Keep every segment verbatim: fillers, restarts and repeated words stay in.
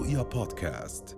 رؤيا بودكاست.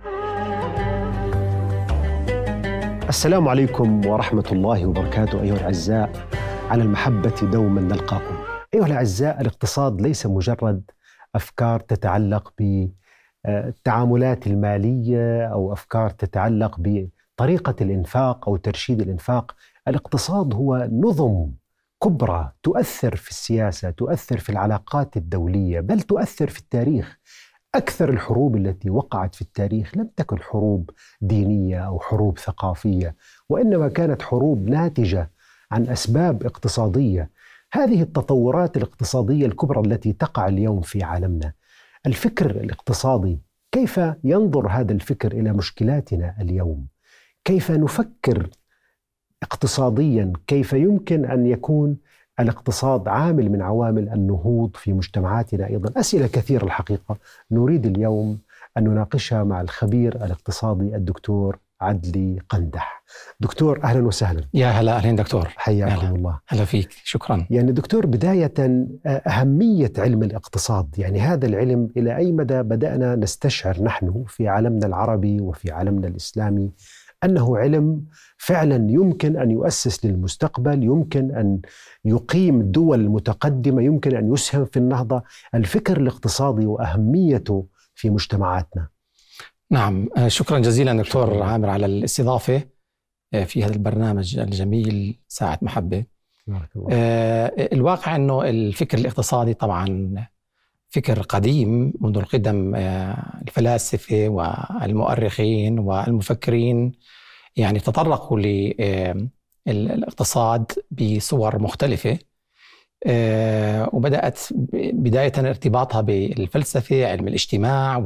السلام عليكم ورحمة الله وبركاته أيها الأعزاء، على المحبة دوما نلقاكم. أيها الأعزاء، الاقتصاد ليس مجرد أفكار تتعلق بالتعاملات المالية أو أفكار تتعلق بطريقة الإنفاق أو ترشيد الإنفاق. الاقتصاد هو نظم كبرى تؤثر في السياسة، تؤثر في العلاقات الدولية، بل تؤثر في التاريخ. أكثر الحروب التي وقعت في التاريخ لم تكن حروب دينية أو حروب ثقافية، وإنما كانت حروب ناتجة عن أسباب اقتصادية. هذه التطورات الاقتصادية الكبرى التي تقع اليوم في عالمنا، الفكر الاقتصادي، كيف ينظر هذا الفكر إلى مشكلاتنا اليوم؟ كيف نفكر اقتصاديا؟ كيف يمكن أن يكون الاقتصاد عامل من عوامل النهوض في مجتمعاتنا أيضا؟ أسئلة كثيرة الحقيقة نريد اليوم أن نناقشها مع الخبير الاقتصادي الدكتور عدلي قندح. دكتور أهلا وسهلا. يا هلا، أهلا دكتور، حياكم هلا. الله. هلا فيك، شكرا. يعني دكتور، بداية أهمية علم الاقتصاد، يعني هذا العلم إلى أي مدى بدأنا نستشعر نحن في عالمنا العربي وفي عالمنا الإسلامي أنه علم فعلا يمكن أن يؤسس للمستقبل، يمكن أن يقيم دول متقدمة، يمكن أن يسهم في النهضة؟ الفكر الاقتصادي وأهميته في مجتمعاتنا. نعم، شكرا جزيلا دكتور شكرا. عامر على الاستضافة في هذا البرنامج الجميل ساعة محبة. آه الواقع أنه الفكر الاقتصادي طبعا فكر قديم منذ القدم. آه الفلاسفة والمؤرخين والمفكرين يعني تطرقوا للاقتصاد بصور مختلفة، آه وبدأت بداية ارتباطها بالفلسفة، علم الاجتماع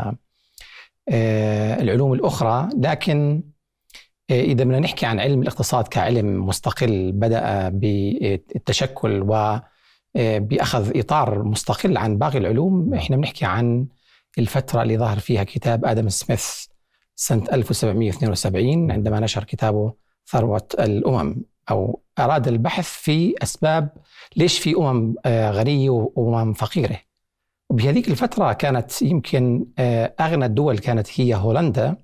والعلوم الأخرى. لكن إذا بدنا نحكي عن علم الاقتصاد كعلم مستقل بدأ بالتشكل وبأخذ إطار مستقل عن باقي العلوم، إحنا بنحكي عن الفترة اللي ظهر فيها كتاب آدم سميث سنة ألف وسبعمائة واثنين وسبعين عندما نشر كتابه ثروة الأمم، أو أراد البحث في أسباب ليش في أمم غنية وأمم فقيرة. وبهذيك الفترة كانت يمكن أغنى الدول كانت هي هولندا،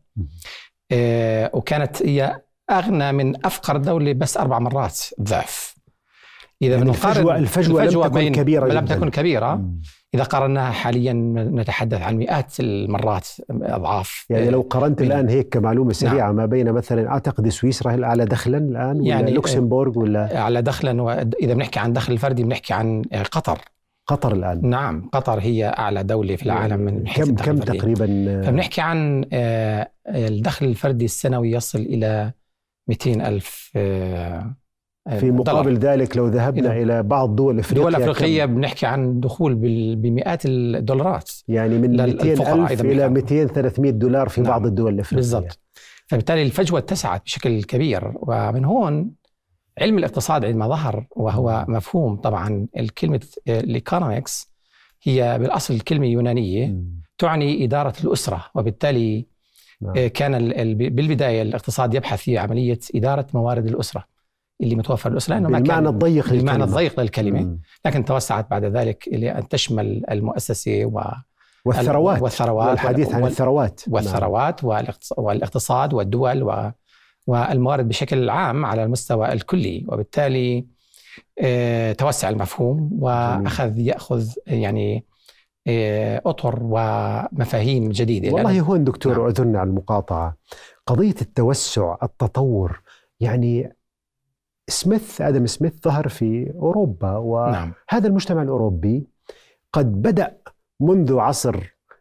وكانت هي أغنى من أفقر دولة بس أربع مرات ضعف. إذا يعني الفجوة, الفجوة, الفجوة لم تكن كبيرة لم تكن كبيرة مم. إذا قارناها حاليا نتحدث عن مئات المرات أضعاف. يعني لو قارنت الآن هيك كمعلومة سريعة، نعم. ما بين مثلا أعتقد سويسرا هي الأعلى دخلا الآن، ولا يعني لوكسمبورغ ولا أعلى دخلا؟ وإذا بنحكي عن دخل الفردي بنحكي عن قطر. قطر الآن، نعم، قطر هي أعلى دولة في العالم من حيث كم كم تقريبا؟ فبنحكي عن الدخل الفردي السنوي يصل إلى مئتين ألف. في مقابل دولار. ذلك لو ذهبنا إلى بعض دول أفريقيا، دول أفريقية بنحكي عن دخول بمئات الدولارات، يعني من مئتين ألف إلى مئتين ثلاثمائة دولار في نعم. بعض الدول الأفريقية بالضبط. فبالتالي الفجوة اتسعت بشكل كبير. ومن هون علم الاقتصاد عندما ظهر، وهو مفهوم طبعا الكلمة الإيكونومكس هي بالأصل كلمة يونانية م. تعني إدارة الأسرة، وبالتالي نعم. كان بالبداية الاقتصاد يبحث في عملية إدارة موارد الأسرة اللي متوفر الأسرة، لأنه بالمعنى الضيق للكلمة. بالمعنى الضيق للكلمة م. لكن توسعت بعد ذلك إلى أن تشمل المؤسسة و والثروات والثروات والحديث عن الثروات والثروات نعم. والاقتصاد والدول و والموارد بشكل عام على المستوى الكلي. وبالتالي توسع المفهوم وأخذ يأخذ يعني أطر ومفاهيم جديدة. والله هون دكتور نعم. أعذرني على المقاطعة، قضية التوسع التطور، يعني سميث آدم سميث ظهر في أوروبا، وهذا نعم. المجتمع الأوروبي قد بدأ منذ عصر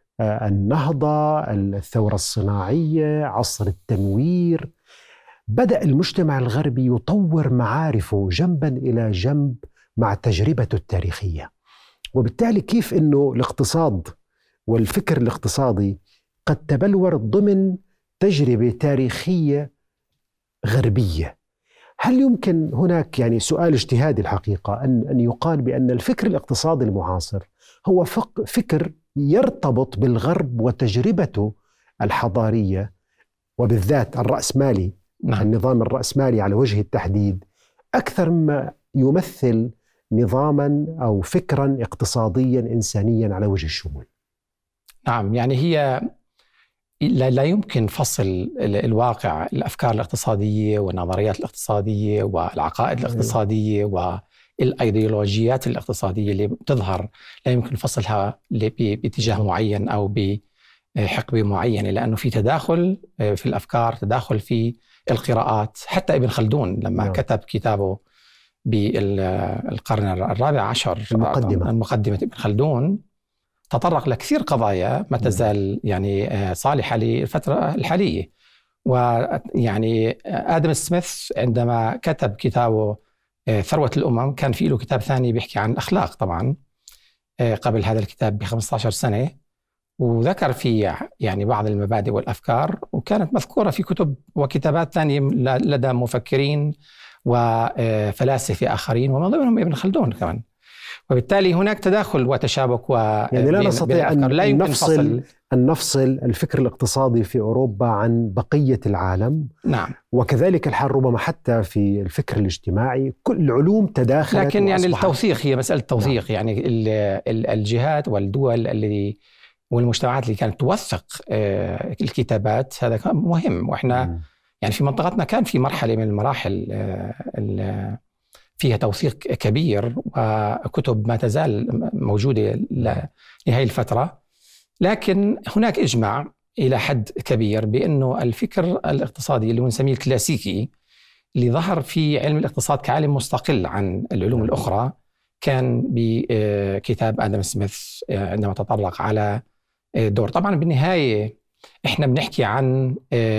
النهضة، الثورة الصناعية، عصر التنوير. بدأ المجتمع الغربي يطور معارفه جنبا إلى جنب مع تجربته التاريخية. وبالتالي كيف أنه الاقتصاد والفكر الاقتصادي قد تبلور ضمن تجربة تاريخية غربية. هل يمكن هناك يعني سؤال اجتهادي الحقيقة أن أن يقال بأن الفكر الاقتصادي المعاصر هو فكر يرتبط بالغرب وتجربته الحضارية، وبالذات الرأسمالي نعم. النظام الرأسمالي على وجه التحديد، أكثر مما يمثل نظاما أو فكرا اقتصاديا إنسانيا على وجه الشمول؟ نعم، يعني هي لا, لا يمكن فصل الواقع، الأفكار الاقتصادية والنظريات الاقتصادية والعقائد الاقتصادية والأيديولوجيات الاقتصادية اللي تظهر، لا يمكن فصلها باتجاه معين أو بحقبة معينة، لأنه في تداخل في الأفكار، تداخل في القراءات. حتى ابن خلدون لما نعم. كتب كتابه بالقرن الرابع عشر، المقدمة المقدمة ابن خلدون، تطرق لكثير قضايا ما تزال يعني صالحة للفترة الحالية. ويعني آدم سميث عندما كتب كتابه ثروة الأمم كان في له كتاب ثاني بيحكي عن الأخلاق طبعا قبل هذا الكتاب بخمسة عشر سنة، وذكر فيه يعني بعض المبادئ والأفكار، وكانت مذكورة في كتب وكتابات ثانية لدى مفكرين وفلاسفة آخرين ومن ضمنهم ابن خلدون كمان. وبالتالي هناك تداخل وتشابك و يعني لا نستطيع أن لا يمكن نفصل أن نفصل الفكر الاقتصادي في أوروبا عن بقية العالم. نعم. وكذلك الحال ربما حتى في الفكر الاجتماعي، كل العلوم تداخلت. لكن يعني التوثيق، هي مسألة توثيق. نعم. يعني الجهات والدول اللي والمجتمعات اللي كانت توثق الكتابات هذا كان مهم. وإحنا م. يعني في منطقتنا كان في مرحلة من المراحل فيها توثيق كبير، وكتب ما تزال موجودة لهذه الفترة. لكن هناك إجماع إلى حد كبير بأنه الفكر الاقتصادي اللي نسميه الكلاسيكي، اللي ظهر في علم الاقتصاد كعالم مستقل عن العلوم الأخرى، كان بكتاب آدم سميث عندما تطرق على دور. طبعا بالنهاية إحنا بنحكي عن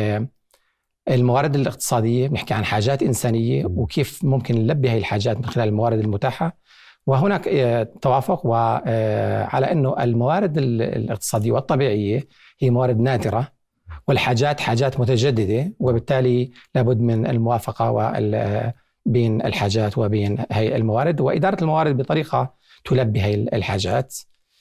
الموارد الاقتصادية، بنحكي عن حاجات إنسانية وكيف ممكن نلبي هذه الحاجات من خلال الموارد المتاحة. وهناك توافق على أنه الموارد الاقتصادية والطبيعية هي موارد نادرة، والحاجات حاجات متجددة، وبالتالي لابد من الموافقة بين الحاجات وبين هذه الموارد، وإدارة الموارد بطريقة تلبي هذه الحاجات.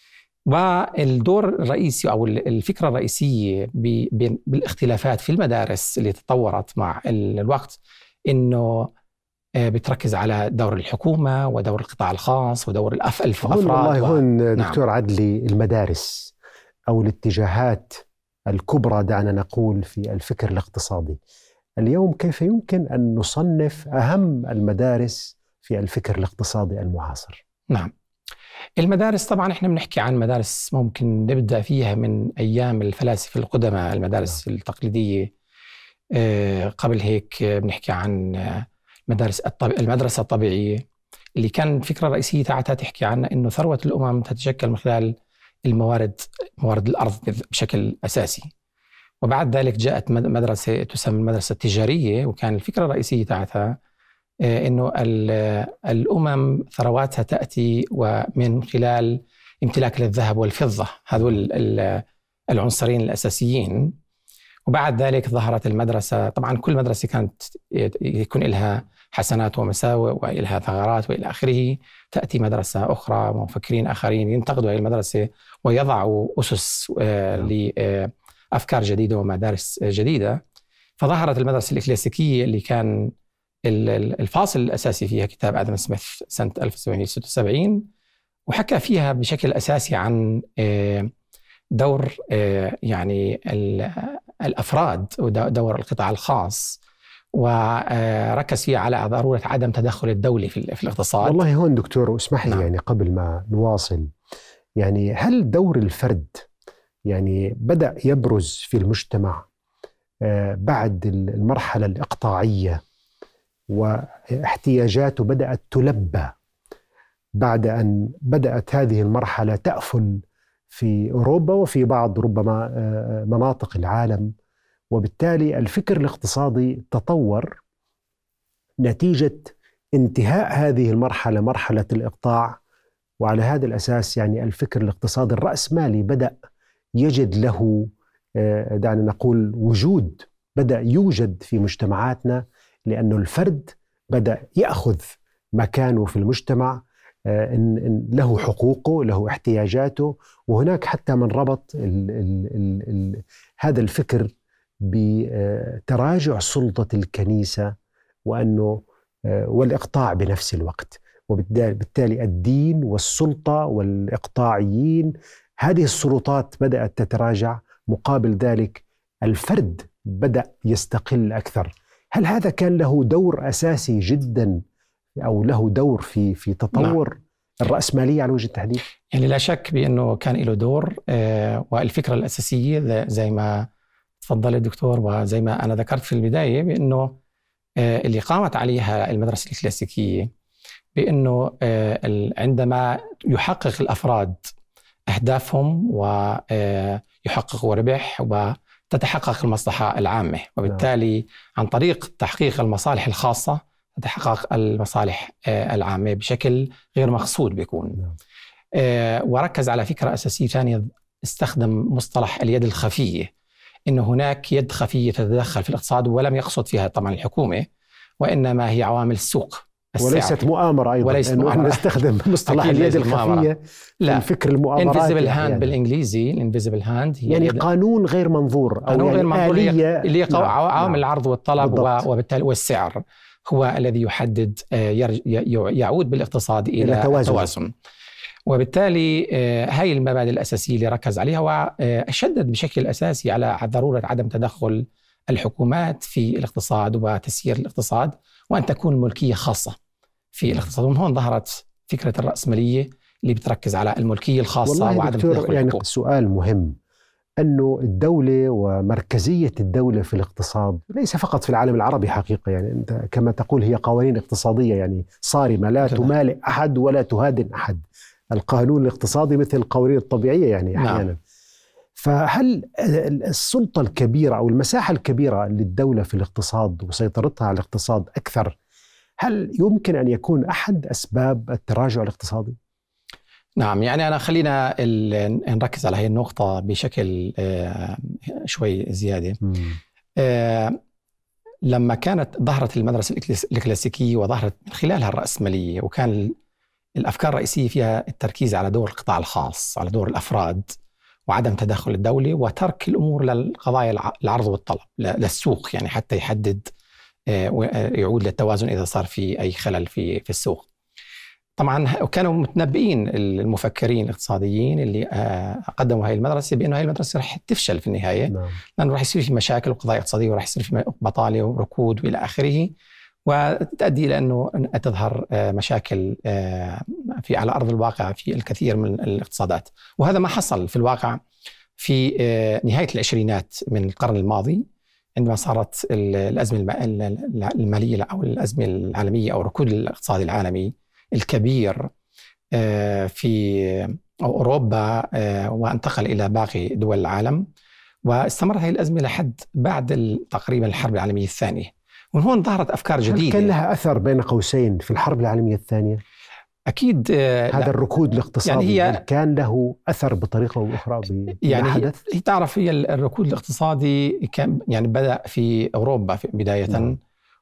والدور الرئيسي أو الفكرة الرئيسية بالاختلافات في المدارس اللي تطورت مع الوقت إنه بتركز على دور الحكومة ودور القطاع الخاص ودور الأفراد. والله هون دكتور نعم. عدلي، المدارس أو الاتجاهات الكبرى دعنا نقول في الفكر الاقتصادي اليوم، كيف يمكن أن نصنف أهم المدارس في الفكر الاقتصادي المعاصر؟ نعم، المدارس طبعا احنا بنحكي عن مدارس ممكن نبدأ فيها من أيام الفلاسفة القدماء، المدارس نعم. التقليدية. قبل هيك بنحكي عن مدارس المدرسة الطبيعية اللي كان الفكرة الرئيسية تاعتها تحكي عن إنه ثروة الأمم تتشكل من خلال الموارد، موارد الأرض بشكل أساسي. وبعد ذلك جاءت مدرسة تسمى المدرسة التجارية، وكان الفكرة الرئيسية تاعتها إنه الأمم ثرواتها تأتي ومن خلال امتلاك للذهب والفضة، هذول العنصرين الأساسيين. وبعد ذلك ظهرت المدرسة، طبعا كل مدرسة كانت يكون لها حسنات ومساوئ وإلها ثغرات وإلى آخره. تأتي مدرسة أخرى ومفكرين آخرين ينتقدوا هذه المدرسة ويضعوا أسس لأفكار جديدة ومدارس جديدة. فظهرت المدرسة الكلاسيكية اللي كان الفاصل الأساسي فيها كتاب آدم سميث سنة ألف وسبعمائة وستة وسبعين، وحكى فيها بشكل أساسي عن دور يعني الأفراد ودور القطاع الخاص، وركز فيها على ضرورة عدم تدخل الدولة في الاقتصاد. والله هون دكتور اسمح لي نعم. يعني قبل ما نواصل، يعني هل دور الفرد يعني بدأ يبرز في المجتمع بعد المرحلة الإقطاعية، واحتياجاته بدأت تلبى بعد أن بدأت هذه المرحلة تأفل في أوروبا وفي بعض ربما مناطق العالم، وبالتالي الفكر الاقتصادي تطور نتيجة انتهاء هذه المرحلة، مرحلة الإقطاع. وعلى هذا الأساس يعني الفكر الاقتصادي الرأسمالي بدأ يجد له دعنا نقول وجود، بدأ يوجد في مجتمعاتنا، لأنه الفرد بدأ يأخذ مكانه في المجتمع، إن له حقوقه، له احتياجاته. وهناك حتى من ربط ال ال ال ال هذا الفكر بتراجع سلطة الكنيسة وأنه والإقطاع بنفس الوقت، وبالتالي الدين والسلطة والإقطاعيين هذه السلطات بدأت تتراجع، مقابل ذلك الفرد بدأ يستقل أكثر. هل هذا كان له دور أساسي جدا أو له دور في في تطور نعم. الرأسمالية على وجه التحديد؟ يعني لا شك بأنه كان له دور، والفكرة الأساسية زي ما تفضل الدكتور وزي ما أنا ذكرت في البداية بأنه اللي قامت عليها المدرسة الكلاسيكية، بأنه عندما يحقق الأفراد أهدافهم ويحققوا ربح وتتحقق المصلحة العامة، وبالتالي عن طريق تحقيق المصالح الخاصة تتحقق المصالح العامة بشكل غير مقصود بيكون. وركز على فكرة أساسية ثانية، استخدم مصطلح اليد الخفية، إن هناك يد خفية تتدخل في الاقتصاد، ولم يقصد فيها طبعا الحكومة، وإنما هي عوامل السوق، وليست مؤامرة أيضا، وليست لأنه مؤامرة. نستخدم مصطلح اليد الخفية في الفكر المؤامرات. invisible hand بالإنجليزي، invisible hand هي يعني قانون غير منظور أو قانون يعني غير منظور آلية اللي نعم. عوامل نعم. العرض والطلب بالضبط. وبالتالي والسعر هو الذي يحدد يعود بالاقتصاد إلى, إلى توازن. توازن وبالتالي هاي المبادئ الأساسية اللي ركز عليها، وشدد بشكل أساسي على ضرورة عدم تدخل الحكومات في الاقتصاد وتسيير الاقتصاد، وأن تكون الملكية خاصة في الاقتصاد. ومن هون ظهرت فكرة الرأسمالية اللي بتركز على الملكية الخاصة وعدم تدخل يعني الحكومة. سؤال مهم، أنه الدولة ومركزية الدولة في الاقتصاد ليس فقط في العالم العربي حقيقة، يعني أنت كما تقول هي قوانين اقتصادية يعني صارمة، لا تمالئ أحد ولا تهادن أحد. القانون الاقتصادي مثل القوانين الطبيعية يعني أحيانا. نعم. فهل السلطة الكبيرة أو المساحة الكبيرة للدولة في الاقتصاد وسيطرتها على الاقتصاد أكثر، هل يمكن أن يكون أحد أسباب التراجع الاقتصادي؟ نعم، يعني أنا خلينا نركز على هذه النقطة بشكل شوي زيادة. لما كانت ظهرت المدرسة الكلاسيكية وظهرت من خلالها الرأسمالية، وكان الأفكار الرئيسية فيها التركيز على دور القطاع الخاص، على دور الأفراد، وعدم تدخل الدولة، وترك الأمور للقضايا العرض والطلب للسوق، يعني حتى يحدد يعود للتوازن إذا صار في أي خلل في في السوق. طبعا كانوا متنبئين المفكرين الاقتصاديين اللي قدموا هاي المدرسة بأنه هاي المدرسة رح تفشل في النهاية. نعم. لأنه رح يصير في مشاكل وقضايا اقتصادية، ورح يصير في بطالة وركود وإلى آخره، وتؤدي إلى أنه تظهر مشاكل في على أرض الواقع في الكثير من الاقتصادات. وهذا ما حصل في الواقع في نهاية العشرينات من القرن الماضي، عندما صارت الأزمة المالية أو الأزمة العالمية أو الركود الاقتصادي العالمي الكبير في أوروبا، وانتقل إلى باقي دول العالم، واستمرت هذه الأزمة لحد بعد تقريبا الحرب العالمية الثانية. ومن هون ظهرت أفكار جديدة. كان لها أثر بين قوسين في الحرب العالمية الثانية؟ أكيد. هذا الركود الاقتصادي يعني هي كان له أثر بطريقة أو أخرى يعني حدث؟ هي تعرف، هي الركود الاقتصادي كان يعني بدأ في أوروبا في بداية. نعم.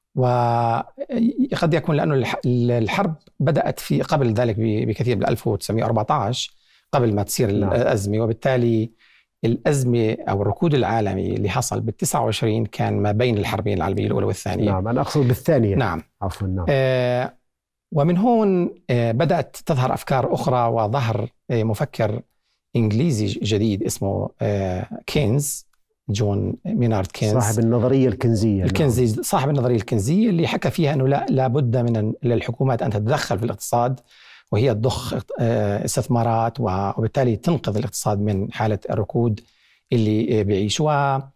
وقد يكون لأنه الحرب بدأت في قبل ذلك بكثير، بال ألف وتسعمائة وأربعة عشر قبل ما تصير. نعم. الأزمة، وبالتالي الأزمة أو الركود العالمي اللي حصل بالتسعة وعشرين كان ما بين الحربين العالمية الأولى والثانية. نعم، أنا أقصد بالثانية. نعم، عفوا. نعم. آه ومن هون آه بدأت تظهر أفكار أخرى، وظهر آه مفكر إنجليزي جديد اسمه آه كينز، جون مينارد كينز، صاحب النظرية الكنزية. الكنزي. نعم. صاحب النظرية الكنزية اللي حكى فيها أنه لا لابد من للحكومات أن تتدخل في الاقتصاد، وهي تضخ استثمارات، وبالتالي تنقذ الاقتصاد من حالة الركود اللي بيعيشوها.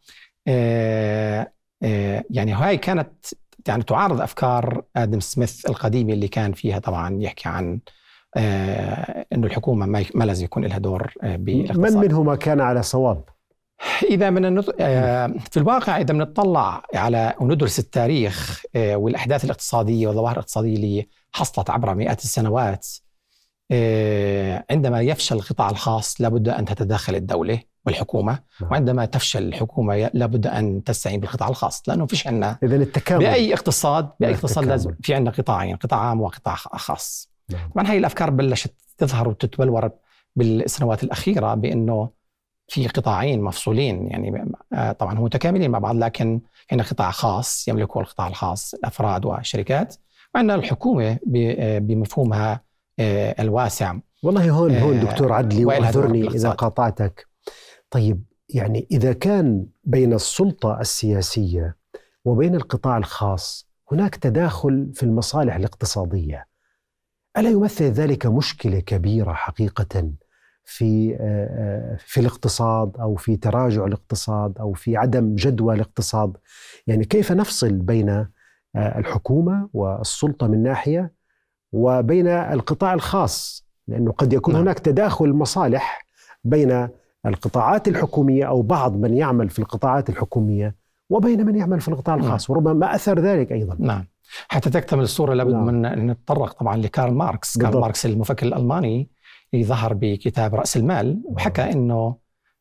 يعني هاي كانت يعني تعارض أفكار آدم سميث القديمة اللي كان فيها طبعا يحكي عن أنه الحكومة ما لازم يكون لها دور بالاقتصاد. من منهما كان على صواب؟ إذا من النط... في الواقع إذا بنطلع على وندرس التاريخ والأحداث الاقتصادية والظواهر الاقتصادية اللي حصلت عبر مئات السنوات، عندما يفشل القطاع الخاص لابد أن تتدخل الدولة والحكومة، وعندما تفشل الحكومة لابد أن تستعين بالقطاع الخاص، لأنه فيش عندنا إذن التكامل بأي اقتصاد بأي اقتصاد لازم في عندنا قطاعين، قطاع عام وقطاع خاص. نعم. طبعا هاي الأفكار بلشت تظهر وتتبلور بالسنوات الأخيرة بأنه في قطاعين مفصولين، يعني طبعا هم متكاملين مع بعض، لكن هنا قطاع خاص يملكه القطاع الخاص الأفراد والشركات، وعندنا الحكومة بمفهومها الواسع. والله هون هون دكتور عدلي، واعذرني إذا قاطعتك. طيب يعني إذا كان بين السلطة السياسية وبين القطاع الخاص هناك تداخل في المصالح الاقتصادية، ألا يمثل ذلك مشكلة كبيرة حقيقة في في الاقتصاد أو في تراجع الاقتصاد أو في عدم جدوى الاقتصاد؟ يعني كيف نفصل بين الحكومة والسلطة من ناحية وبين القطاع الخاص؟ لأنه قد يكون نعم. هناك تداخل مصالح بين القطاعات الحكومية أو بعض من يعمل في القطاعات الحكومية وبين من يعمل في القطاع الخاص، نعم. وربما أثر ذلك أيضا. نعم. حتى تكتمل الصورة لابد نعم. من نتطرق طبعا لكارل ماركس. بالضبط. كارل ماركس المفكر الألماني اللي ظهر بكتاب رأس المال، وحكى إنه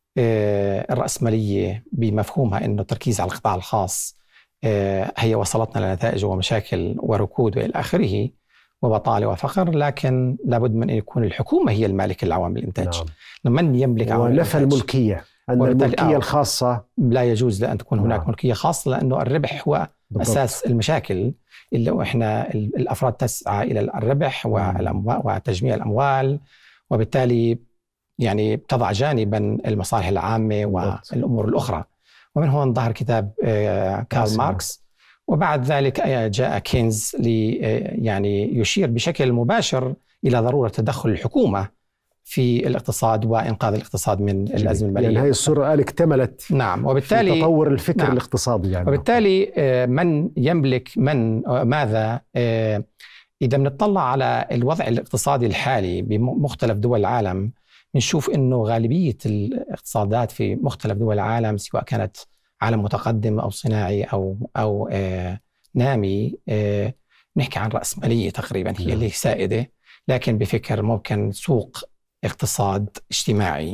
الرأسمالية بمفهومها إنه التركيز على القطاع الخاص هي وصلتنا لنتائج ومشاكل وركود وإلى آخره وبطالة وفقر، لكن لابد من أن يكون الحكومة هي المالك العوام الإنتاج. نعم. من يملك عوامل ونفى الملكية، أن الملكية الخاصة لا يجوز لأن تكون هناك نعم. ملكية خاصة، لأنه الربح هو بالضبط. أساس المشاكل اللي إحنا الأفراد تسعى إلى الربح وتجميع الأموال، وبالتالي يعني تضع جانبا المصالح العامة والأمور الأخرى. ومن هون ظهر كتاب كارل ماركس، وبعد ذلك جاء كينز لي يعني يشير بشكل مباشر إلى ضرورة تدخل الحكومة في الاقتصاد وإنقاذ الاقتصاد من الأزمة المالية. يعني هذه الصورة قال اكتملت نعم. وبالتالي في تطور الفكر نعم. الاقتصادي يعني. وبالتالي من يملك من ماذا، إذا بنطلع على الوضع الاقتصادي الحالي بمختلف دول العالم نشوف إنه غالبية الاقتصادات في مختلف دول العالم سواء كانت عالم متقدم أو صناعي أو أو آه نامي، آه نحكي عن رأسمالية تقريبا هي اللي سائدة، لكن بفكر ممكن سوق اقتصاد اجتماعي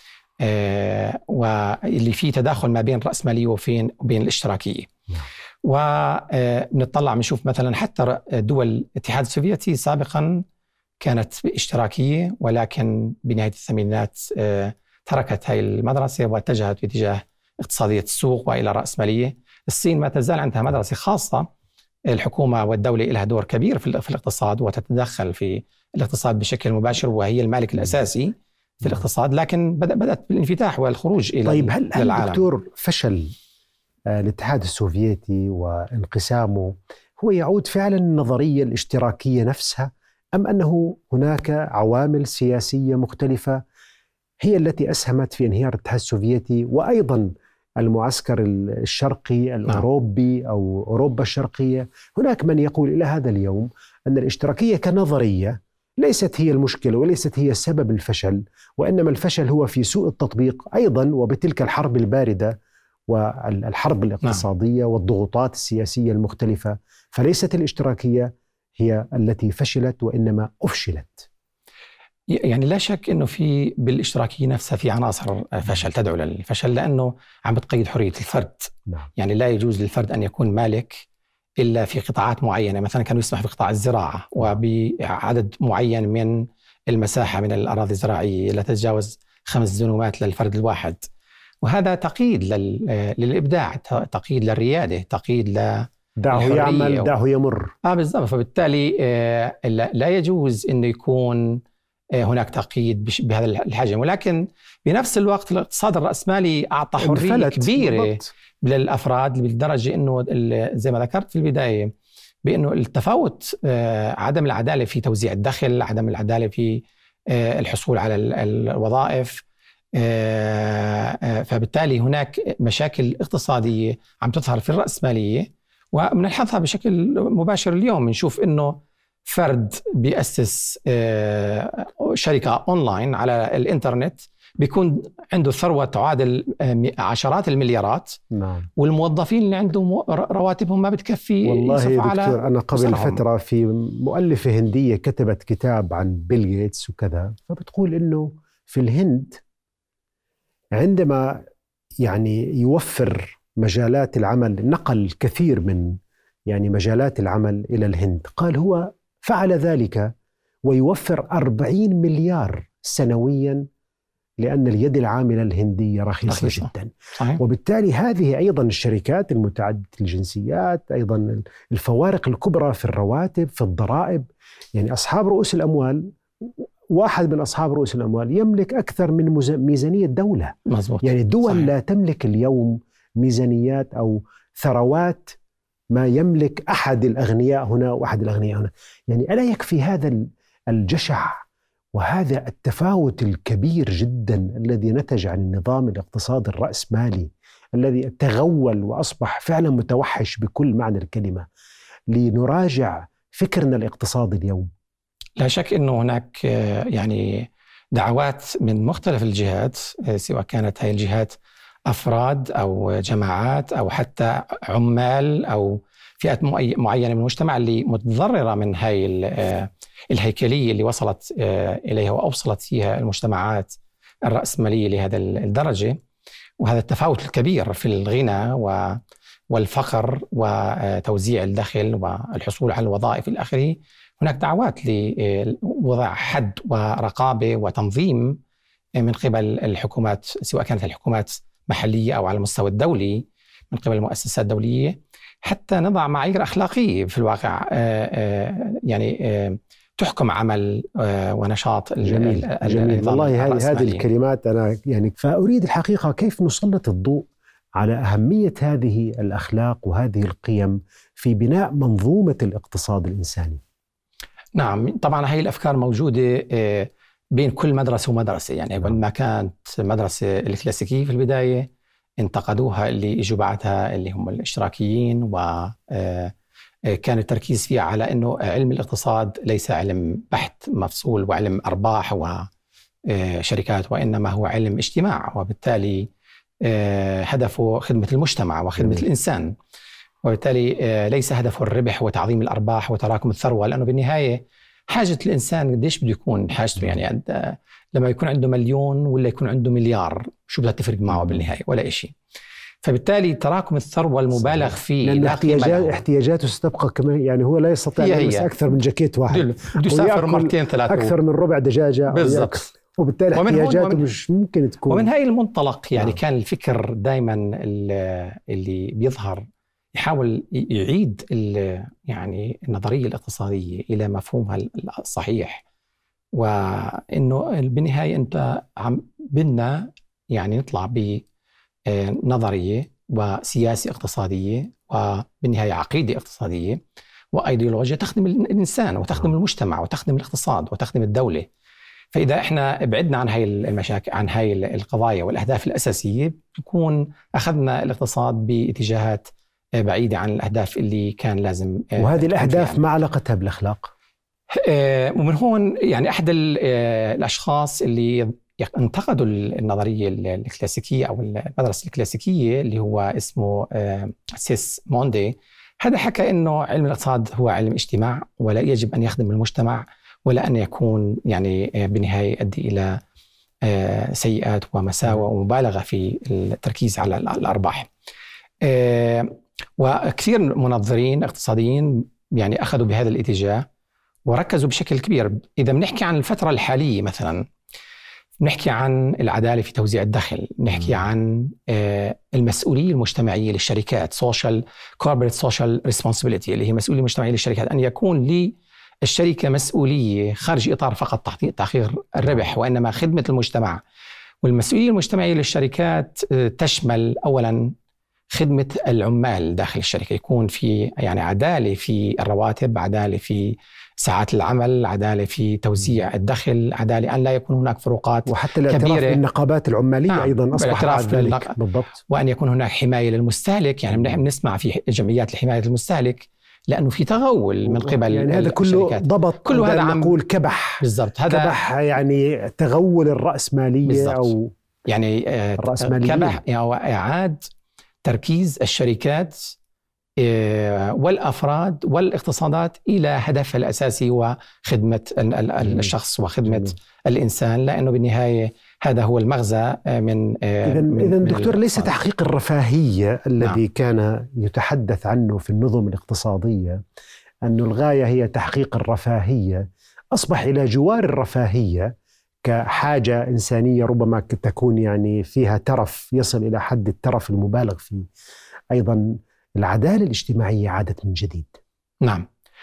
آه واللي فيه تداخل ما بين الرأسمالية وفين وبين الاشتراكية. ونطلع بنشوف مثلا حتى دول الاتحاد السوفيتي سابقا كانت اشتراكية، ولكن بنهاية الثمانينات آه تركت هاي المدرسة واتجهت باتجاه اقتصادية السوق وإلى رأسمالية. الصين ما تزال عندها مدرسة خاصة، الحكومة والدولة لها دور كبير في الاقتصاد وتتدخل في الاقتصاد بشكل مباشر وهي المالك الأساسي في الاقتصاد، لكن بدأت بالانفتاح والخروج إلى طيب هل العالم. هل دكتور فشل الاتحاد السوفيتي وانقسامه هو يعود فعلا النظرية الاشتراكية نفسها، أم أنه هناك عوامل سياسية مختلفة هي التي أسهمت في انهيار الاتحاد السوفيتي وأيضا المعسكر الشرقي الأوروبي أو أوروبا الشرقية؟ هناك من يقول إلى هذا اليوم أن الاشتراكية كنظرية ليست هي المشكلة وليست هي سبب الفشل، وإنما الفشل هو في سوء التطبيق أيضا وبتلك الحرب الباردة والحرب الاقتصادية والضغوطات السياسية المختلفة، فليست الاشتراكية هي التي فشلت وإنما أفشلت. يعني لا شك أنه في بالاشتراكية نفسها في عناصر فشل تدعو للفشل، لأنه عم بتقيد حرية الفرد. نعم. يعني لا يجوز للفرد أن يكون مالك إلا في قطاعات معينة، مثلا كانوا يسمح بقطاع الزراعة وبعدد معين من المساحة من الأراضي الزراعية لا تتجاوز خمس دنومات للفرد الواحد، وهذا تقييد للإبداع، تقييد للريادة، تقييد ل دعه يعمل دعه يمر. آه بالضبط. فبالتالي آه لا يجوز أنه يكون هناك تقييد بهذا الحجم، ولكن بنفس الوقت الاقتصاد الرأسمالي أعطى حرية كبيرة بالضبط للأفراد بالدرجة أنه زي ما ذكرت في البداية بأنه التفاوت، عدم العدالة في توزيع الدخل، عدم العدالة في الحصول على الوظائف، فبالتالي هناك مشاكل اقتصادية عم تظهر في الرأسمالية وبنلاحظها بشكل مباشر اليوم. نشوف أنه فرد بيأسس شركة أونلاين على الإنترنت بيكون عنده ثروة تعادل عشرات المليارات. نعم. والموظفين اللي عندهم رواتبهم ما بتكفي. والله يا دكتور أنا قبل فترة في مؤلفة هندية كتبت كتاب عن بيل غيتس وكذا، فبتقول إنه في الهند عندما يعني يوفر مجالات العمل، نقل كثير من يعني مجالات العمل إلى الهند، قال هو فعل ذلك ويوفر أربعين مليار سنويا لأن اليد العاملة الهندية رخيصة جدا. صحيح. وبالتالي هذه أيضا الشركات المتعددة الجنسيات، أيضا الفوارق الكبرى في الرواتب، في الضرائب، يعني أصحاب رؤوس الأموال، واحد من أصحاب رؤوس الأموال يملك أكثر من ميزانية دولة. مزبوط. يعني الدول صحيح. لا تملك اليوم ميزانيات أو ثروات ما يملك أحد الأغنياء هنا وأحد الأغنياء هنا. يعني ألا يكفي هذا الجشع وهذا التفاوت الكبير جدا الذي نتج عن النظام الاقتصادي الرأسمالي الذي تغول وأصبح فعلا متوحش بكل معنى الكلمة، لنراجع فكرنا الاقتصادي اليوم؟ لا شك أنه هناك يعني دعوات من مختلف الجهات، سواء كانت هذه الجهات أفراد أو جماعات أو حتى عمال أو فئات معينة من المجتمع اللي متضررة من هاي الهيكلية اللي وصلت إليها وأوصلت فيها المجتمعات الرأسمالية لهذا الدرجة، وهذا التفاوت الكبير في الغنى والفقر وتوزيع الدخل والحصول على الوظائف إلى آخره. هناك دعوات لوضع حد ورقابة وتنظيم من قبل الحكومات، سواء كانت الحكومات محلية أو على المستوى الدولي من قبل المؤسسات الدولية، حتى نضع معايير أخلاقية في الواقع يعني تحكم عمل ونشاط جميل. جميل. والله هذه هذه الكلمات أنا يعني فأريد الحقيقة كيف نسلط الضوء على أهمية هذه الأخلاق وهذه القيم في بناء منظومة الاقتصاد الإنساني. نعم طبعا هاي الأفكار موجودة بين كل مدرسة ومدرسة. يعني لما كانت مدرسة الكلاسيكية في البداية انتقدوها اللي اجوا بعدها اللي هم الاشتراكيين، وكان التركيز فيها على أنه علم الاقتصاد ليس علم بحث مفصول وعلم أرباح وشركات، وإنما هو علم اجتماع، وبالتالي هدفه خدمة المجتمع وخدمة الإنسان، وبالتالي ليس هدفه الربح وتعظيم الأرباح وتراكم الثروة، لأنه بالنهاية حاجة الإنسان قديش بده يكون حاجته. يعني لما يكون عنده مليون ولا يكون عنده مليار شو بدها تفرق معه بالنهاية؟ ولا إشي. فبالتالي تراكم الثروة المبالغ فيه لأن احتياجات احتياجاته ستبقى كمان. يعني هو لا يستطيع أن يلبس أكثر من جاكيت واحد، بده يسافر مرتين ثلاثة، أكثر من ربع دجاجة بالضبط، وبالتالي احتياجاته ومن مش ممكن تكون. ومن هاي المنطلق يعني كان الفكر دائما اللي بيظهر يحاول يعيد يعني النظرية الاقتصادية إلى مفهومها الصحيح، وإنه بالنهاية أنت عم بدنا يعني نطلع بنظرية وسياسة اقتصادية وبالنهاية عقيدة اقتصادية وأيديولوجيا تخدم الإنسان وتخدم المجتمع وتخدم الاقتصاد وتخدم الدولة. فإذا إحنا بعدنا عن هاي المشاكل، عن هاي القضايا والأهداف الأساسية، بنكون أخذنا الاقتصاد باتجاهات بعيدة عن الأهداف اللي كان لازم. وهذه الأهداف ما علاقتها بالأخلاق؟ ومن هون يعني أحد الأشخاص اللي انتقدوا النظرية الكلاسيكية أو المدرسة الكلاسيكية اللي هو اسمه سيس موندي، هذا حكى إنه علم الاقتصاد هو علم اجتماع ولا يجب أن يخدم المجتمع ولا أن يكون يعني بالنهاية يؤدي إلى سيئات ومساوئ ومبالغة في التركيز على الأرباح. وكثير منظرين اقتصاديين يعني أخذوا بهذا الاتجاه وركزوا بشكل كبير. إذا بنحكي عن الفترة الحالية مثلا، بنحكي عن العدالة في توزيع الدخل، بنحكي عن المسؤولية المجتمعية للشركات social corporate social responsibility اللي هي مسؤولية مجتمعية للشركات، أن يكون للشركة مسؤولية خارج إطار فقط تحقيق الربح وإنما خدمة المجتمع. والمسؤولية المجتمعية للشركات تشمل أولا خدمة العمال داخل الشركة، يكون في يعني عدالة في الرواتب، عدالة في ساعات العمل، عدالة في توزيع الدخل، عدالة أن لا يكون هناك فروقات وحتى الاعتراف بالنقابات العمالية آه. أيضا أصبح بعد ذلك بالضبط. وأن يكون هناك حماية للمستهلك. يعني نحن بنسمع في جمعيات لحماية المستهلك لأنه في تغول من قبل يعني هذا كله ضبط، كل هذا عم نقول كبح بالضبط. هذا كبح يعني تغول الرأسمالية بالزبط. أو يعني الرأسمالية كبح يعني إعادة تركيز الشركات والأفراد والاقتصادات إلى هدفها الأساسي وخدمة الشخص وخدمة جميل. الإنسان، لأنه بالنهاية هذا هو المغزى من إذن, إذن دكتور ليس تحقيق الرفاهية الذي نعم. كان يتحدث عنه في النظم الاقتصادية أن الغاية هي تحقيق الرفاهية، أصبح إلى جوار الرفاهية كحاجة إنسانية ربما تكون يعني فيها ترف يصل إلى حد الترف المبالغ فيه. أيضا العدالة الاجتماعية عادت من جديد. نعم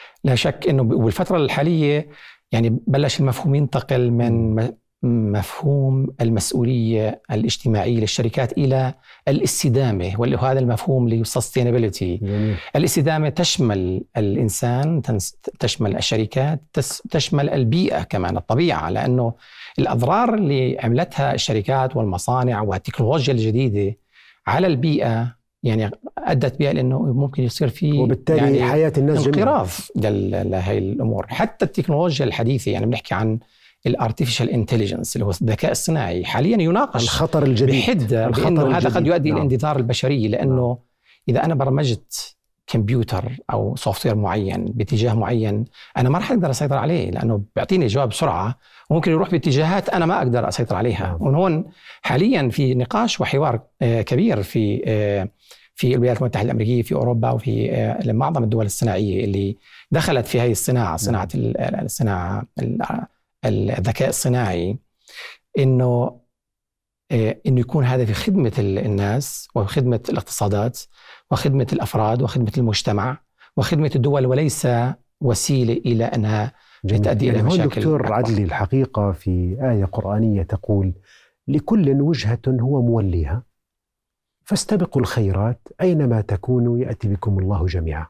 لا شك أنه بالفترة الحالية يعني بلش المفهوم ينتقل من مفهوم المسؤولية الاجتماعية للشركات إلى الاستدامة، وهذا المفهوم اللي sustainability. الاستدامة تشمل الإنسان، تشمل الشركات، تشمل البيئة كمان، الطبيعة، لأنه الأضرار اللي عملتها الشركات والمصانع والتكنولوجيا الجديدة على البيئة يعني أدت بها لأنه ممكن يصير في وبالتالي يعني حياة الناس انقراض لهي الأمور. حتى التكنولوجيا الحديثة، يعني بنحكي عن الارتفيشال انتليجنس اللي هو الذكاء الصناعي، حاليا يناقش الخطر الجديد بحده، بانه هذا قد يؤدي الى نعم. الاندثار البشريه، لانه نعم. اذا انا برمجت كمبيوتر او سوفت وير معين باتجاه معين انا ما راح اقدر اسيطر عليه، لانه بيعطيني جواب بسرعه وممكن يروح باتجاهات انا ما اقدر اسيطر عليها. نعم. ومن هون حاليا في نقاش وحوار كبير في في الولايات المتحده الامريكيه، في اوروبا، وفي معظم الدول الصناعيه اللي دخلت في هذه الصناعه، صناعه الصناعه الذكاء الصناعي، إنه إنه يكون هذا في خدمة الناس وخدمة الاقتصادات وخدمة الأفراد وخدمة المجتمع وخدمة الدول، وليس وسيلة إلى أنها تؤدي إلى مشاكل. دكتور عدلي، الحقيقة في آية قرآنية تقول: لكل وجهة هو موليها فاستبقوا الخيرات أينما تكونوا يأتي بكم الله جميعا.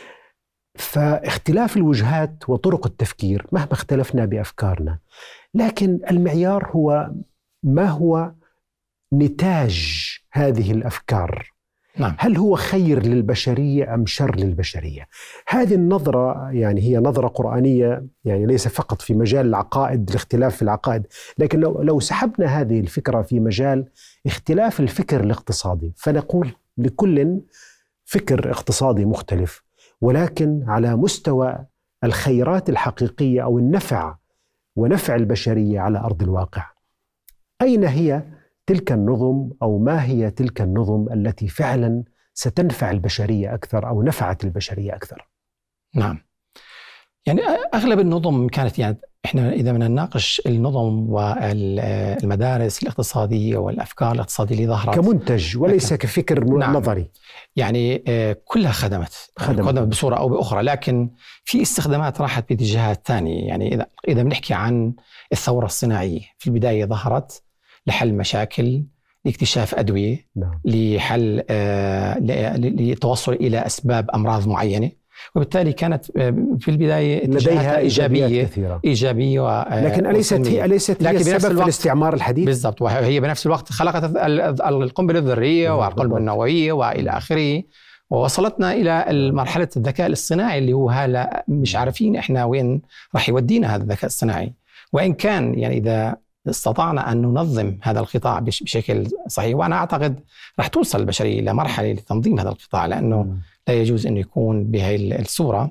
فاختلاف الوجهات وطرق التفكير مهما اختلفنا بأفكارنا، لكن المعيار هو ما هو نتاج هذه الأفكار. نعم. هل هو خير للبشرية أم شر للبشرية؟ هذه النظرة يعني هي نظرة قرآنية، يعني ليس فقط في مجال العقائد، الاختلاف في العقائد، لكن لو, لو سحبنا هذه الفكرة في مجال اختلاف الفكر الاقتصادي، فنقول لكل فكر اقتصادي مختلف، ولكن على مستوى الخيرات الحقيقية أو النفع ونفع البشرية على أرض الواقع، أين هي تلك النظم أو ما هي تلك النظم التي فعلا ستنفع البشرية أكثر أو نفعت البشرية أكثر؟ نعم، يعني أغلب النظم كانت، يعني إحنا إذا بدنا نناقش النظم والمدارس الاقتصادية والأفكار الاقتصادية اللي ظهرت كمنتج وليس كفكر نعم. نظري، يعني كلها خدمت خدمت, خدمت بصورة أو بأخرى، لكن في استخدامات راحت باتجاهات ثانية. يعني إذا إذا بنحكي عن الثورة الصناعية، في البداية ظهرت لحل مشاكل، لاكتشاف أدوية، نعم. لحل آه للتوصل إلى أسباب أمراض معينة، وبالتالي كانت في البداية لديها إيجابية كثيرة. إيجابية و... لكن أليست هي أليست هي السبب في الاستعمار الحديث؟ بالضبط، وهي بنفس الوقت خلقت القنبلة الذرية والقنبلة النووية وإلى آخره، ووصلتنا إلى مرحلة الذكاء الاصطناعي اللي هو هلا مش عارفين إحنا وين راح يودينا هذا الذكاء الصناعي. وإن كان يعني إذا استطعنا أن ننظم هذا القطاع بشكل صحيح، وأنا أعتقد راح توصل البشرية إلى مرحلة لتنظيم هذا القطاع، لأنه م. لا يجوز أن يكون بهذه الصورة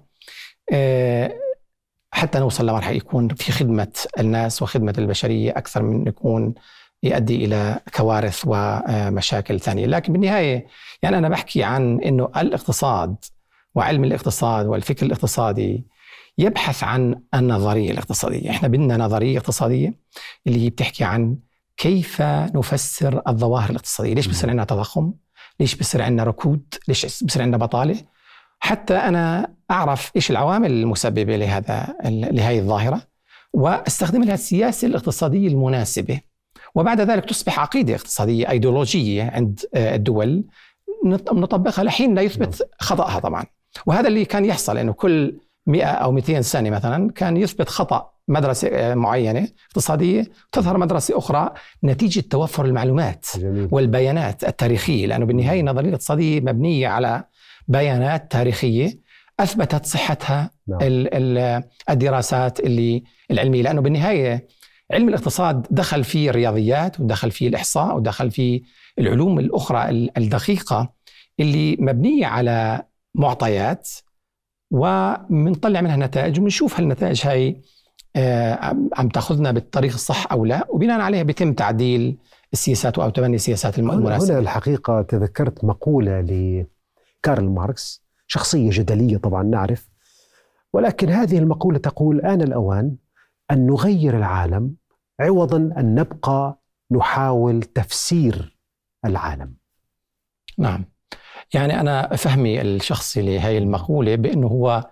حتى نوصل لمرحلة يكون في خدمة الناس وخدمة البشرية أكثر من يكون يؤدي إلى كوارث ومشاكل ثانية. لكن بالنهاية يعني أنا بحكي عن أنه الاقتصاد وعلم الاقتصاد والفكر الاقتصادي يبحث عن النظرية الاقتصادية. إحنا بدنا نظرية اقتصادية اللي هي بتحكي عن كيف نفسر الظواهر الاقتصادية. ليش بصير عندنا تضخم؟ ليش بصير عندنا ركود؟ ليش بصير عندنا بطالة؟ حتى أنا أعرف إيش العوامل المسببة لهذا لهذه الظاهرة، واستخدم لها السياسة الاقتصادية المناسبة، وبعد ذلك تصبح عقيدة اقتصادية أيديولوجية عند الدول نطبقها لحين لا يثبت خطأها طبعا. وهذا اللي كان يحصل، إنه كل مئة أو مئتين سنة مثلا كان يثبت خطأ مدرسة معينة اقتصادية، تظهر مدرسة أخرى نتيجة توفر المعلومات جميل. والبيانات التاريخية، لأنه بالنهاية النظرية الاقتصادية مبنية على بيانات تاريخية أثبتت صحتها نعم. الدراسات اللي العلمية، لأنه بالنهاية علم الاقتصاد دخل فيه الرياضيات ودخل فيه الإحصاء ودخل فيه العلوم الأخرى الدقيقة اللي مبنية على معطيات، ومنطلع منها نتائج ومنشوف هالنتائج هاي عم تأخذنا بالطريق الصح أو لا، وبناء عليها بيتم تعديل السياسات أو تبني السياسات المناسبة. هنا الحقيقة تذكرت مقولة لكارل ماركس، شخصية جدلية طبعا نعرف، ولكن هذه المقولة تقول: آن الأوان أن نغير العالم عوضا أن نبقى نحاول تفسير العالم. نعم، يعني أنا فهمي الشخصي لهذه المقولة بأنه هو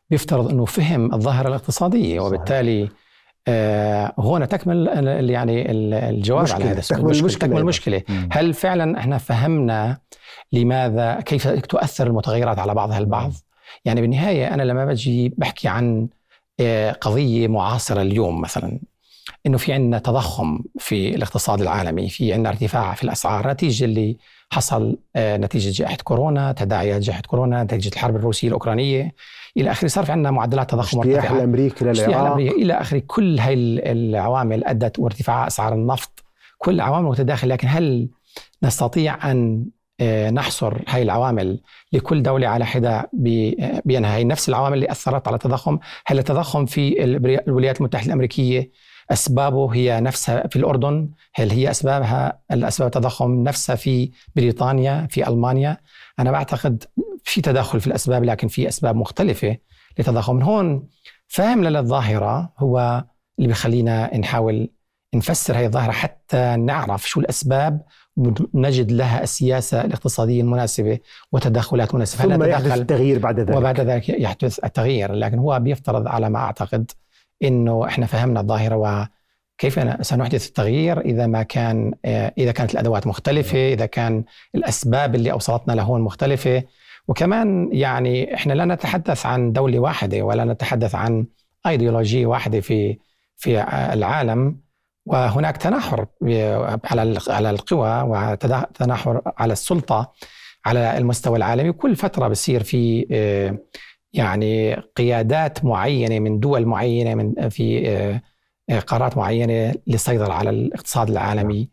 بيفترض أنه فهم الظاهرة الاقتصادية، وبالتالي آه هنا تكمل يعني الجواب مشكلة. على هذا السؤال. تكمل المشكلة, تكمل المشكلة. هل فعلا احنا فهمنا لماذا كيف تؤثر المتغيرات على بعضها البعض؟ يعني بالنهاية أنا لما بجي بحكي عن آه قضية معاصرة اليوم، مثلا إنه في عندنا تضخم في الاقتصاد العالمي، في عندنا ارتفاع في الأسعار نتيجة اللي حصل آه نتيجة جائحة كورونا، تداعيات جائحة كورونا، نتيجة الحرب الروسية الأوكرانية إلى آخره. صار في عندنا معدلات تضخم مرتفعة، اجتياح الأمريكي للعراق إلى آخره. كل هاي العوامل أدت وارتفاع أسعار النفط، كل عوامل متداخلة. لكن هل نستطيع أن نحصر هاي العوامل لكل دولة على حدة بأنها هي نفس العوامل اللي أثرت على التضخم؟ هل التضخم في الولايات المتحدة الأمريكية أسبابه هي نفسها في الأردن؟ هل هي أسبابها الأسباب التضخم نفسها في بريطانيا، في ألمانيا؟ أنا بعتقد في تداخل في الأسباب، لكن في أسباب مختلفة للتضخم. من هون فهمنا للظاهرة هو اللي بيخلينا نحاول نفسر هاي الظاهرة حتى نعرف شو الأسباب ونجد لها السياسة الاقتصادية المناسبة وتدخلات مناسبة. ثم يحدث التغيير بعد ذلك، وبعد ذلك يحدث التغيير. لكن هو بيفترض على ما أعتقد إنه إحنا فهمنا الظاهرة، وكيف سنحدث التغيير إذا ما كان إذا كانت الأدوات مختلفة، إذا كان الأسباب اللي أوصلتنا لهون مختلفة. وكمان يعني إحنا لا نتحدث عن دولة واحدة ولا نتحدث عن أيديولوجية واحدة في في العالم، وهناك تناحر على على القوى وتناحر على السلطة على المستوى العالمي. كل فترة بصير في يعني قيادات معينة من دول معينة من في قارات معينة للسيطرة على الاقتصاد العالمي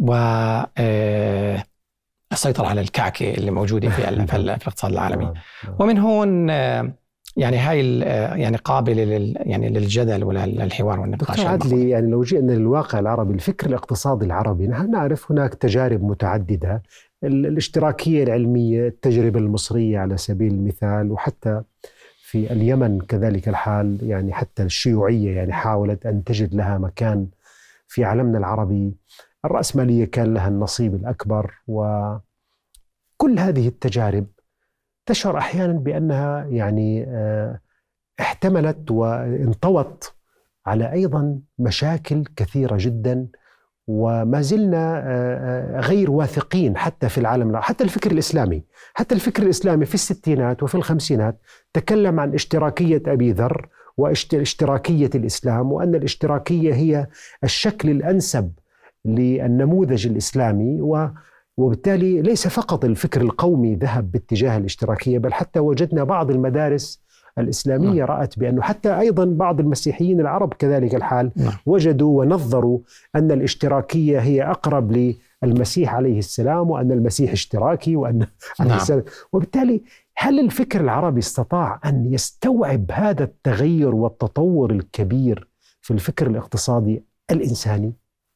والسيطرة على الكعكة اللي موجودة في, في الاقتصاد العالمي. ومن هون يعني هاي يعني قابلة لل يعني للجدل ولا للحوار والنقاش. دكتور عدلي، يعني لو جئنا للواقع العربي، الفكر الاقتصادي العربي، نحن نعرف هناك تجارب متعددة، الاشتراكية العلمية، التجربة المصرية على سبيل المثال، وحتى في اليمن كذلك الحال. يعني حتى الشيوعية يعني حاولت أن تجد لها مكان في عالمنا العربي. الرأسمالية كان لها النصيب الأكبر. وكل هذه التجارب تشعر أحيانا بأنها يعني احتملت وانطوت على أيضا مشاكل كثيرة جدا، وما زلنا غير واثقين حتى في العالم. حتى الفكر الإسلامي حتى الفكر الإسلامي في الستينات وفي الخمسينات تكلم عن اشتراكية أبي ذر واشتراكية الإسلام، وأن الاشتراكية هي الشكل الأنسب للنموذج الإسلامي. و وبالتالي ليس فقط الفكر القومي ذهب باتجاه الاشتراكية، بل حتى وجدنا بعض المدارس الإسلامية رأت بأنه حتى أيضا بعض المسيحيين العرب كذلك الحال وجدوا ونظروا أن الاشتراكية هي أقرب للمسيح عليه السلام، وأن المسيح اشتراكي، وأن عليه السلام. وبالتالي هل الفكر العربي استطاع أن يستوعب هذا التغير والتطور الكبير في الفكر الاقتصادي الإنساني؟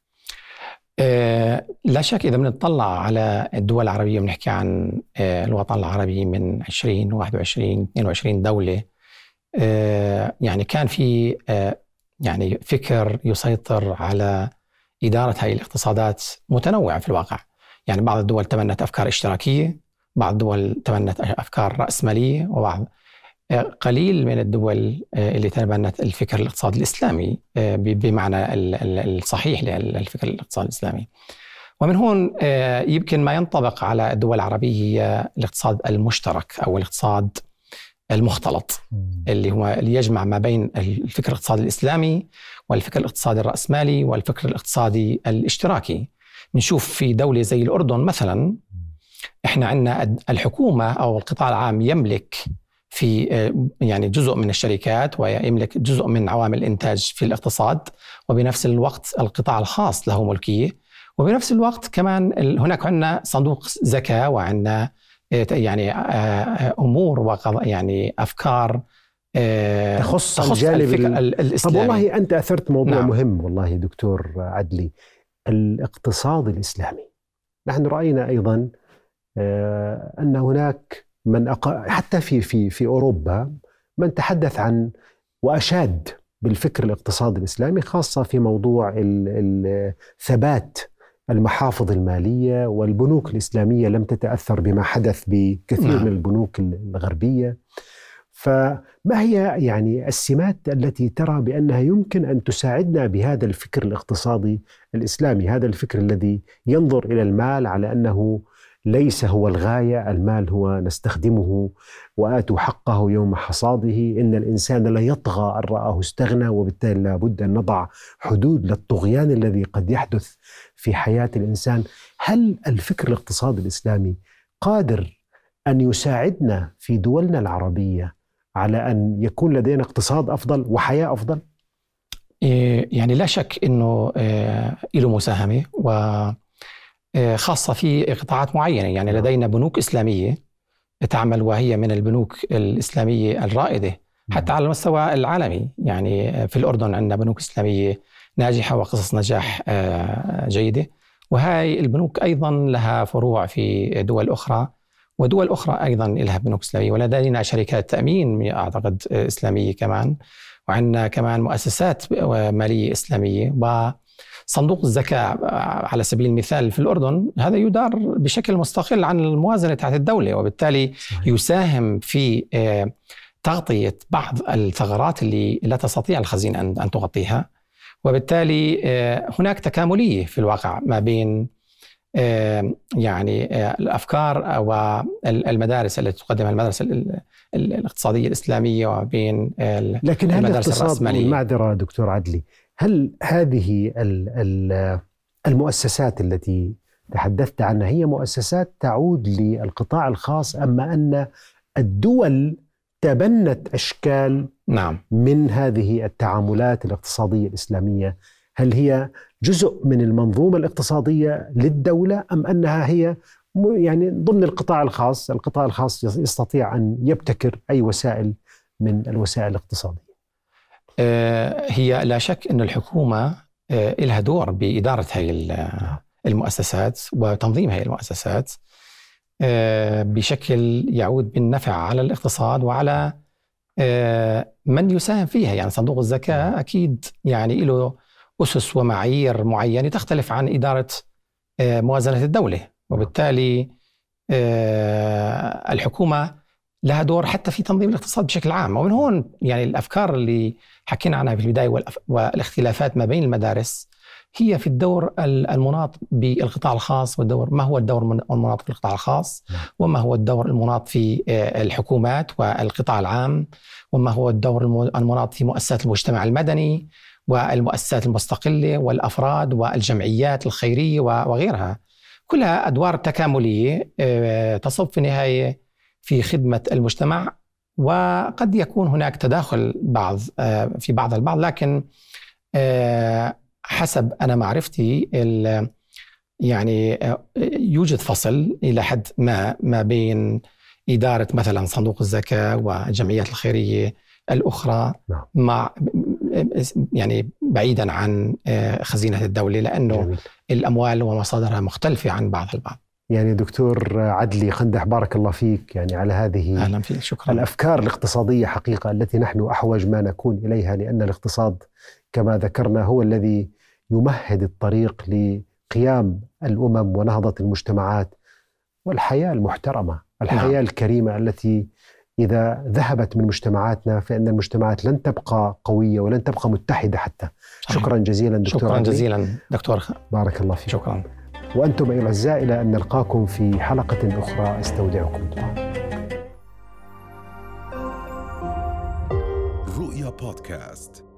آه لا شك. إذا بنطلع على الدول العربية بنحكي عن آه الوطن العربي من عشرين واحد وعشرين اثنين وعشرين دولة، آه يعني كان في آه يعني فكر يسيطر على إدارة هذه الاقتصادات متنوع في الواقع. يعني بعض الدول تبنت أفكار اشتراكية، بعض الدول تبنت أفكار رأسمالية، وبعض قليل من الدول اللي تبنت الفكر الاقتصادي الإسلامي بمعنى الصحيح للفكر الاقتصادي الإسلامي. ومن هون يمكن ما ينطبق على الدول العربية هي الاقتصاد المشترك أو الاقتصاد المختلط، اللي هو اللي يجمع ما بين الفكر الاقتصادي الإسلامي والفكر الاقتصادي الرأسمالي والفكر الاقتصادي الاشتراكي. بنشوف في دولة زي الأردن مثلا، احنا عندنا الحكومة أو القطاع العام يملك في يعني جزء من الشركات ويملك جزء من عوامل الإنتاج في الاقتصاد، وبنفس الوقت القطاع الخاص له ملكية، وبنفس الوقت كمان هناك عندنا صندوق زكاة وعندنا يعني أمور وقضاء يعني أفكار تخص, تخص الجانب الإسلامي. طب والله أنت أثرت موضوع نعم. مهم والله دكتور عدلي، الاقتصاد الإسلامي. نحن رأينا أيضا أن هناك من أق... حتى في في في أوروبا من تحدث عن وأشاد بالفكر الاقتصادي الإسلامي، خاصة في موضوع الثبات المحافظ المالية، والبنوك الإسلامية لم تتأثر بما حدث بكثير نعم. من البنوك الغربية. فما هي يعني السمات التي ترى بأنها يمكن أن تساعدنا بهذا الفكر الاقتصادي الإسلامي، هذا الفكر الذي ينظر إلى المال على أنه ليس هو الغاية، المال هو نستخدمه وآتوا حقه يوم حصاده، إن الإنسان لا يطغى أن رآه استغنى، وبالتالي لابد أن نضع حدود للطغيان الذي قد يحدث في حياة الإنسان. هل الفكر الاقتصادي الإسلامي قادر أن يساعدنا في دولنا العربية على أن يكون لدينا اقتصاد أفضل وحياة أفضل؟ يعني لا شك أنه له مساهمة، وخاصة في قطاعات معينة. يعني لدينا بنوك إسلامية تعمل، وهي من البنوك الإسلامية الرائدة حتى على المستوى العالمي. يعني في الأردن عندنا بنوك إسلامية ناجحة وقصص نجاح جيدة، وهاي البنوك أيضا لها فروع في دول أخرى، ودول أخرى أيضا لها بنوك إسلامية. ولدينا شركات تأمين أعتقد إسلامية كمان، وعندنا كمان مؤسسات مالية إسلامية، وصندوق الزكاة على سبيل المثال في الأردن هذا يدار بشكل مستقل عن الموازنة تحت الدولة، وبالتالي يساهم في تغطية بعض الثغرات اللي لا تستطيع الخزينة أن تغطيها. وبالتالي هناك تكاملية في الواقع ما بين يعني الأفكار والمدارس التي تقدمها المدرسة الاقتصادية الإسلامية وبين لكن هل الاقتصاد، المعذرة دكتور عدلي، هل هذه المؤسسات التي تحدثت عنها هي مؤسسات تعود للقطاع الخاص، أما أن الدول تبنت أشكال نعم من هذه التعاملات الاقتصادية الإسلامية؟ هل هي جزء من المنظومة الاقتصادية للدولة، أم أنها هي يعني ضمن القطاع الخاص؟ القطاع الخاص يستطيع أن يبتكر أي وسائل من الوسائل الاقتصادية. هي لا شك أن الحكومة لها دور بإدارة هذه المؤسسات وتنظيم هذه المؤسسات بشكل يعود بالنفع على الاقتصاد وعلى من يساهم فيها. يعني صندوق الزكاة أكيد يعني له أسس ومعايير معينة تختلف عن إدارة موازنة الدولة، وبالتالي الحكومة لها دور حتى في تنظيم الاقتصاد بشكل عام. ومن هون يعني الأفكار اللي حكينا عنها في البداية والاختلافات ما بين المدارس هي في الدور المناط بالقطاع الخاص، والدور ما هو الدور المناط في القطاع الخاص، وما هو الدور المناط في الحكومات والقطاع العام، وما هو الدور المناط في مؤسسات المجتمع المدني والمؤسسات المستقلة والأفراد والجمعيات الخيرية وغيرها. كلها أدوار تكاملية تصب في النهاية في خدمة المجتمع، وقد يكون هناك تداخل بعض في بعض البعض، لكن حسب أنا معرفتي يعني يوجد فصل إلى حد ما ما بين إدارة مثلا صندوق الزكاة والجمعيات الخيرية الأخرى مع يعني بعيدا عن خزينة الدولة، لأنه جميل. الأموال ومصادرها مختلفة عن بعض البعض. يعني دكتور عدلي قندح، بارك الله فيك يعني على هذه أهلا فيك. شكرا. الأفكار الاقتصادية حقيقة التي نحن أحوج ما نكون إليها، لأن الاقتصاد كما ذكرنا هو الذي يمهد الطريق لقيام الأمم ونهضة المجتمعات والحياة المحترمة، الحياة نعم. الكريمة التي إذا ذهبت من مجتمعاتنا فإن المجتمعات لن تبقى قوية ولن تبقى متحدة حتى. صحيح. شكرا جزيلا دكتور. شكرا جزيلا دكتور. بارك الله فيك. شكرا. وأنتم أيها الأعزاء إلى أن نلقاكم في حلقة أخرى، استودعكم الله. رؤيا بودكاست.